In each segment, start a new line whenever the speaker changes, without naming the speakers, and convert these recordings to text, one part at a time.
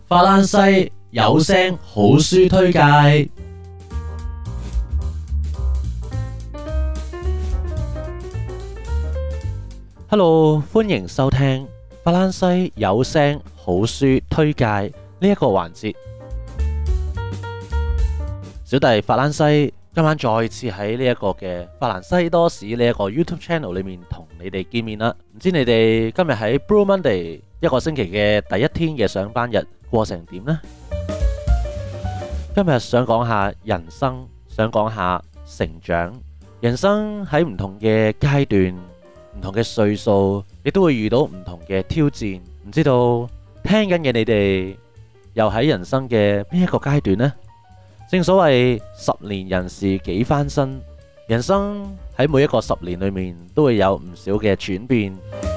法蘭西有聲好書推介。Hello， 歡迎收聽法蘭西有聲好書推介呢一個環節。小弟法蘭西今晚再次喺呢一個嘅法蘭西多士呢一個 YouTube channel 裏面同你哋見面啦。唔知你哋今日喺 Blue Monday 一個星期嘅第一天嘅上班日過成點呢？今日想講下人生，想講下成長。人生喺唔同嘅階段、唔同嘅歲數，亦都會遇到唔同嘅挑戰。唔知道聽緊嘅你哋又喺人生嘅邊一個階段呢？正所謂10年人事幾番新，人生喺每一個10年裏面都會有唔少嘅轉變。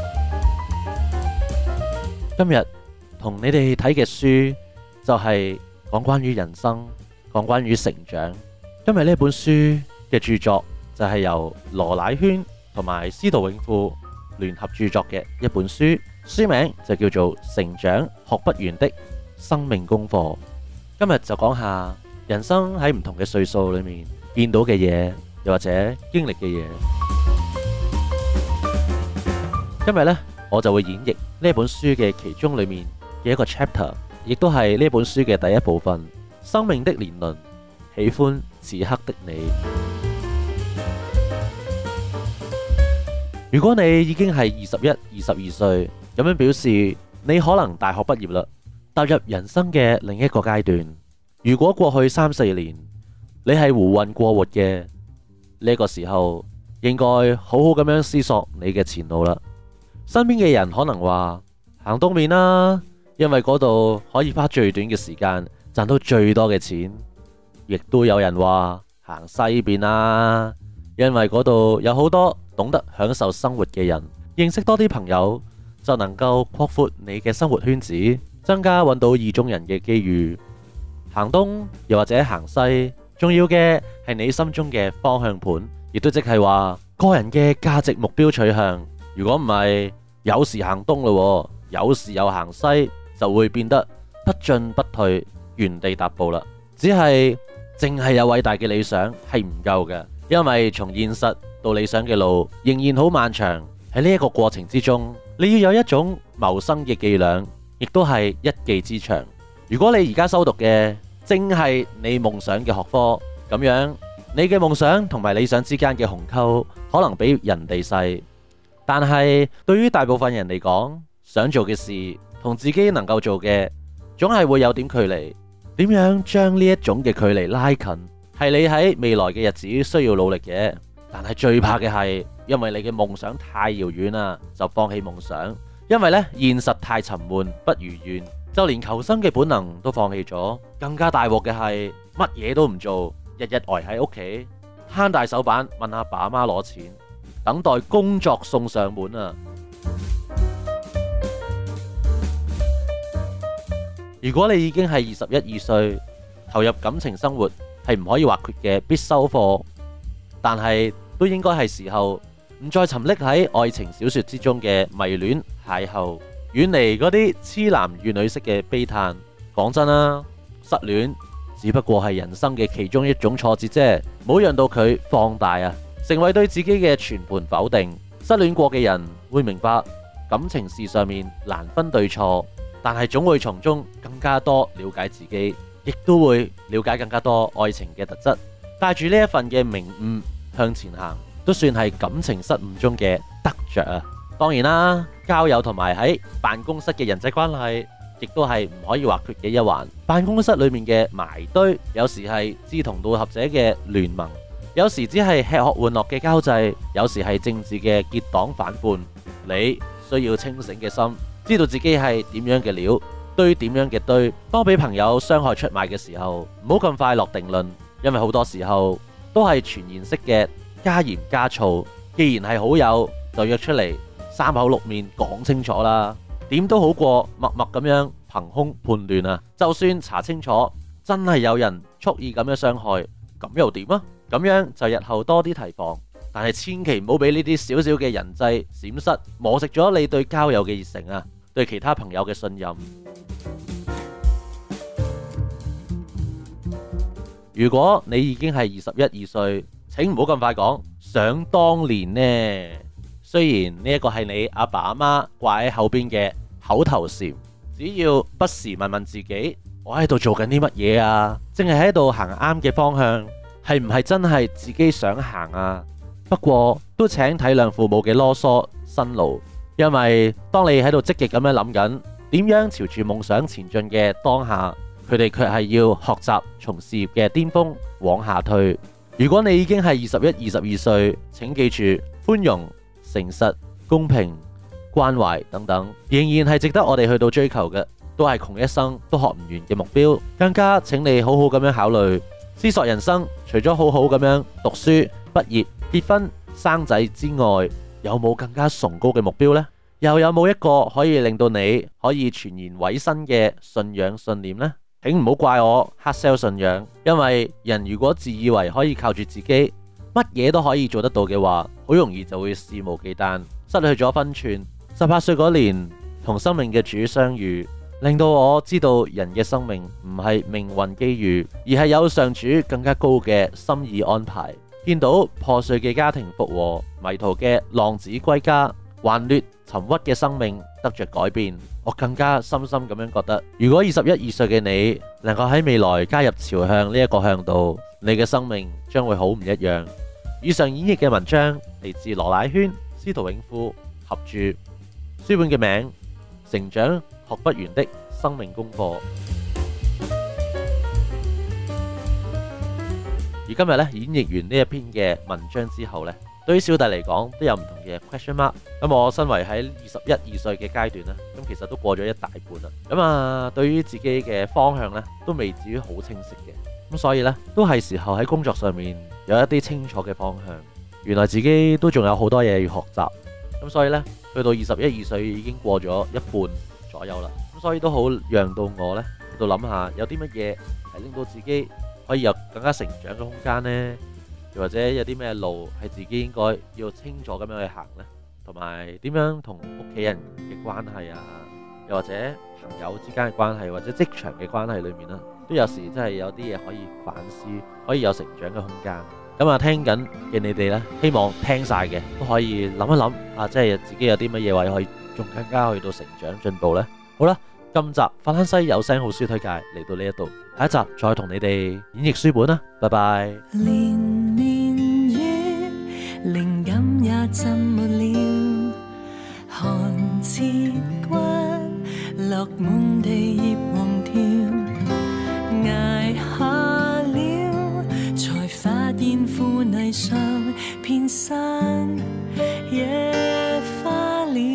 今日同你哋睇嘅書就係講關於人生，講關於成長。今日呢本書嘅著作就係由羅乃萱同埋司徒永富聯合著作嘅一本書，書名就叫做《成長學不完的生命功課》。今日就講下人生喺唔同嘅歲數裏面見到嘅嘢，又或者經歷嘅嘢。今日呢，我就會演繹呢本書嘅其中裏面嘅一個 chapter， 亦都係呢本書嘅第一部分。生命的年輪，喜歡此刻的你。如果你已經係21、22歲，咁樣表示你可能大學畢業啦，踏入人生嘅另一個階段。如果過去3、4年你係胡混過活嘅，呢個時候應該好好咁樣思索你嘅前路啦。身邊嘅人可能話行東面啦，因為嗰度可以花最短嘅時間賺到最多嘅錢。亦都有人話行西邊啦，因為嗰度有好多懂得享受生活嘅人，認識多啲朋友就能夠擴闊你嘅生活圈子，增加揾到意中人嘅機遇。行東又或者行西，重要嘅係你心中嘅方向盤，亦都即係話個人嘅價值目標取向。如果唔係，有時行東咯，有時又行西，就會變得不進不退，原地踏步啦。只係淨係有偉大嘅理想係唔夠嘅，因為從現實到理想嘅路仍然好漫長。喺呢一個過程之中，你要有一種謀生嘅伎倆，亦都係一技之長。如果你而家修讀嘅正係你夢想嘅學科，咁樣你嘅夢想同埋理想之間嘅鴻溝可能比人哋細，但係對於大部分人嚟講，想做嘅事同自己能夠做嘅總係會有點距離。點樣將呢一種嘅距離拉近，係你喺未來嘅日子需要努力嘅。但係最怕嘅係因為你嘅夢想太遙遠啦，就放棄夢想。因為呢，現實太沉悶不如願，就連求生嘅本能都放棄咗。更加大鑊嘅係乜嘢都唔做，日日呆喺屋企，攤大手板問阿爸阿媽攞錢，等待工作送上門啊！如果你已經係21、22歲，投入感情生活係唔可以或缺嘅必修課，但係都應該係時候唔再沉溺喺愛情小說之中嘅迷戀邂逅，遠離嗰啲痴男怨女式嘅悲嘆。講真啦，失戀只不過係人生嘅其中一種挫折啫，唔好讓到佢放大啊，成為對自己嘅全盤否定。失戀過嘅人會明白感情事上面難分對錯，但係總會從中更加多了解自己，亦都會了解更加多愛情嘅特質。帶住呢一份嘅明悟向前行，都算係感情失誤中嘅得着啊！當然啦，交友同埋喺辦公室嘅人際關係，亦都係唔可以或缺嘅一環。辦公室裏面嘅埋堆，有時係志同道合者嘅聯盟，有時只係吃喝玩樂嘅交際，有時係政治嘅結黨反叛。你需要清醒嘅心，知道自己係點樣嘅料，堆點樣嘅堆。當俾朋友傷害出賣嘅時候，唔好咁快落定論，因為好多時候都係傳言式嘅加鹽加醋。既然係好友，就約出嚟三口六面講清楚啦，點都好過默默咁樣憑空叛亂啊！就算查清楚真係有人蓄意咁樣傷害，咁又點啊？咁樣就日後多啲提防。但係千祈唔好俾呢啲少少嘅人際閃失磨蝕咗你對交友嘅熱誠啊，對其他朋友嘅信任。 如果你已經係21、22歲，請唔好咁快講想當年呢。雖然呢一個係你阿爸阿媽掛喺後邊嘅口頭禪，只要不時問問自己，我喺度做緊啲乜嘢啊？淨係喺度行啱嘅方向，係唔係真係自己想行啊？不過都請體諒父母嘅囉嗦辛勞，因為當你喺度積極咁樣諗緊點樣朝住夢想前進嘅當下，佢哋卻係要學習從事業嘅巔峰往下退。如果你已經係21、22歲，請記住寬容、誠實、公平、關懷等等，仍然係值得我哋去到追求嘅，都係窮一生都學唔完嘅目標。更加請你好好咁樣考慮思索人生，除咗好好咁樣讀書、畢業、結婚、生仔之外，有冇更加崇高嘅目標呢？又有冇一個可以令到你可以全然委身嘅信仰信念呢？請唔好怪我黑 sell 信仰，因為人如果自以為可以靠住自己乜嘢都可以做得到嘅話，好容易就會肆無忌憚，失去咗分寸。18歲嗰年同生命嘅主相遇，令到我知道人嘅生命唔係命運機遇，而係有上主更加高嘅心意安排。見到破碎嘅家庭復和，迷途嘅浪子歸家，頑劣沉鬱嘅生命得着改變，我更加深深咁樣覺得，如果21、22歲嘅你能夠喺未來加入朝向呢一個向度，你嘅生命將會好唔一樣。以上演繹嘅文章嚟自羅乃萱、司徒永富合著，書本嘅名《成長學不完的生命功課》。而今日咧演繹完呢一篇嘅文章之後咧，對於小弟嚟講都有唔同嘅 question mark。咁我身為喺21、22歲嘅階段咧，咁其實都過咗一大半啦。咁啊，對於自己嘅方向咧，都未至於好清晰嘅。咁所以咧，都係時候喺工作上面有一啲清楚嘅方向。原來自己都仲有好多嘢要學習。咁所以咧，去到21、22歲已經過咗一半左右啦。咁所以都好讓到我咧，去到諗下有啲乜嘢係令到自己可以有更加成長嘅空間呢？又或者有啲咩路係自己應該要清楚咁樣去行呢？同埋點樣同屋企人嘅關係啊，又或者朋友之間嘅關係，或者職場嘅關係裏面啦，都有時真係有啲嘢可以反思，可以有成長嘅空間。咁啊，聽緊嘅你哋呢，希望聽晒嘅都可以諗一諗啊，即係自己有啲乜嘢位可以仲更加去到成長進步呢？好啦，今集法蘭西有聲好書推介嚟到呢一度，下一集再同你哋演繹書本啦，拜拜。
連年月靈感也浸沒了，寒節骨落滿地葉黃條，捱下了才發現腐泥上遍山野花了。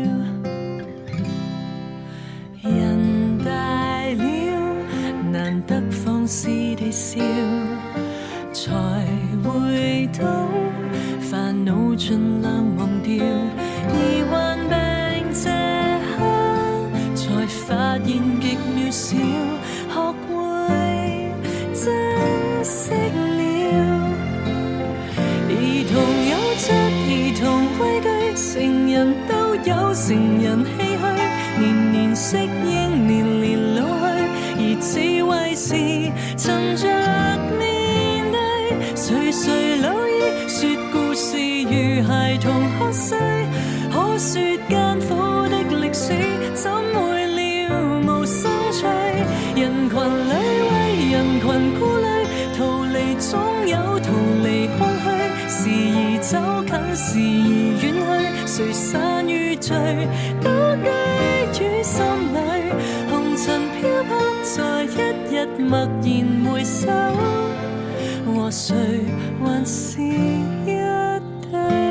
人大了，難得放肆地笑，才會到煩惱盡量忘掉，而患病這刻才發現極渺小，學會珍惜了。兒童有着兒童畏懼，成人都有成人唏噓，年年適應，年年老去，而智慧是趁着面對，垂垂老矣，說故事如孩童喝水，可說艱苦的歷史，怎會了無生趣？人群裏為人群顧慮，逃離總有逃離空虛，時而走近，時而遠去，誰散與聚，都居於心裏。紅塵飄泊在一日默然回首，和誰還是一對。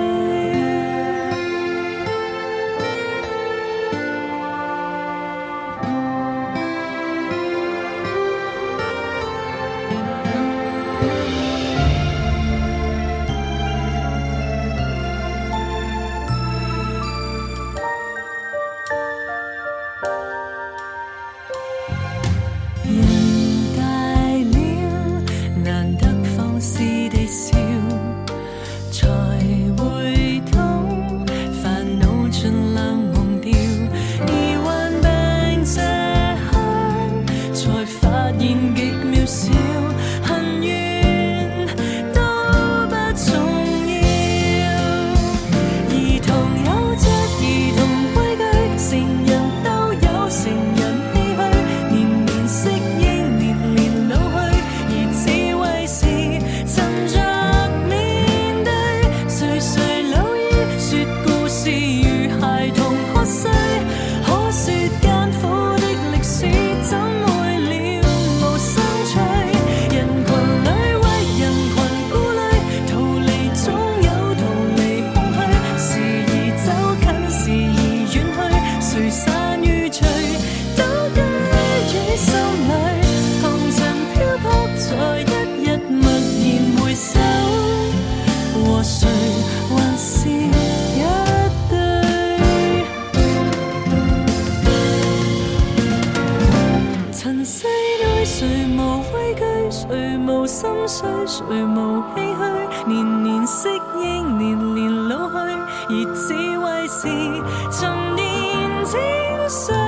誰無畏懼，誰無心碎，誰無唏噓，年年適應，年年老去，而智慧是尋年朝歲。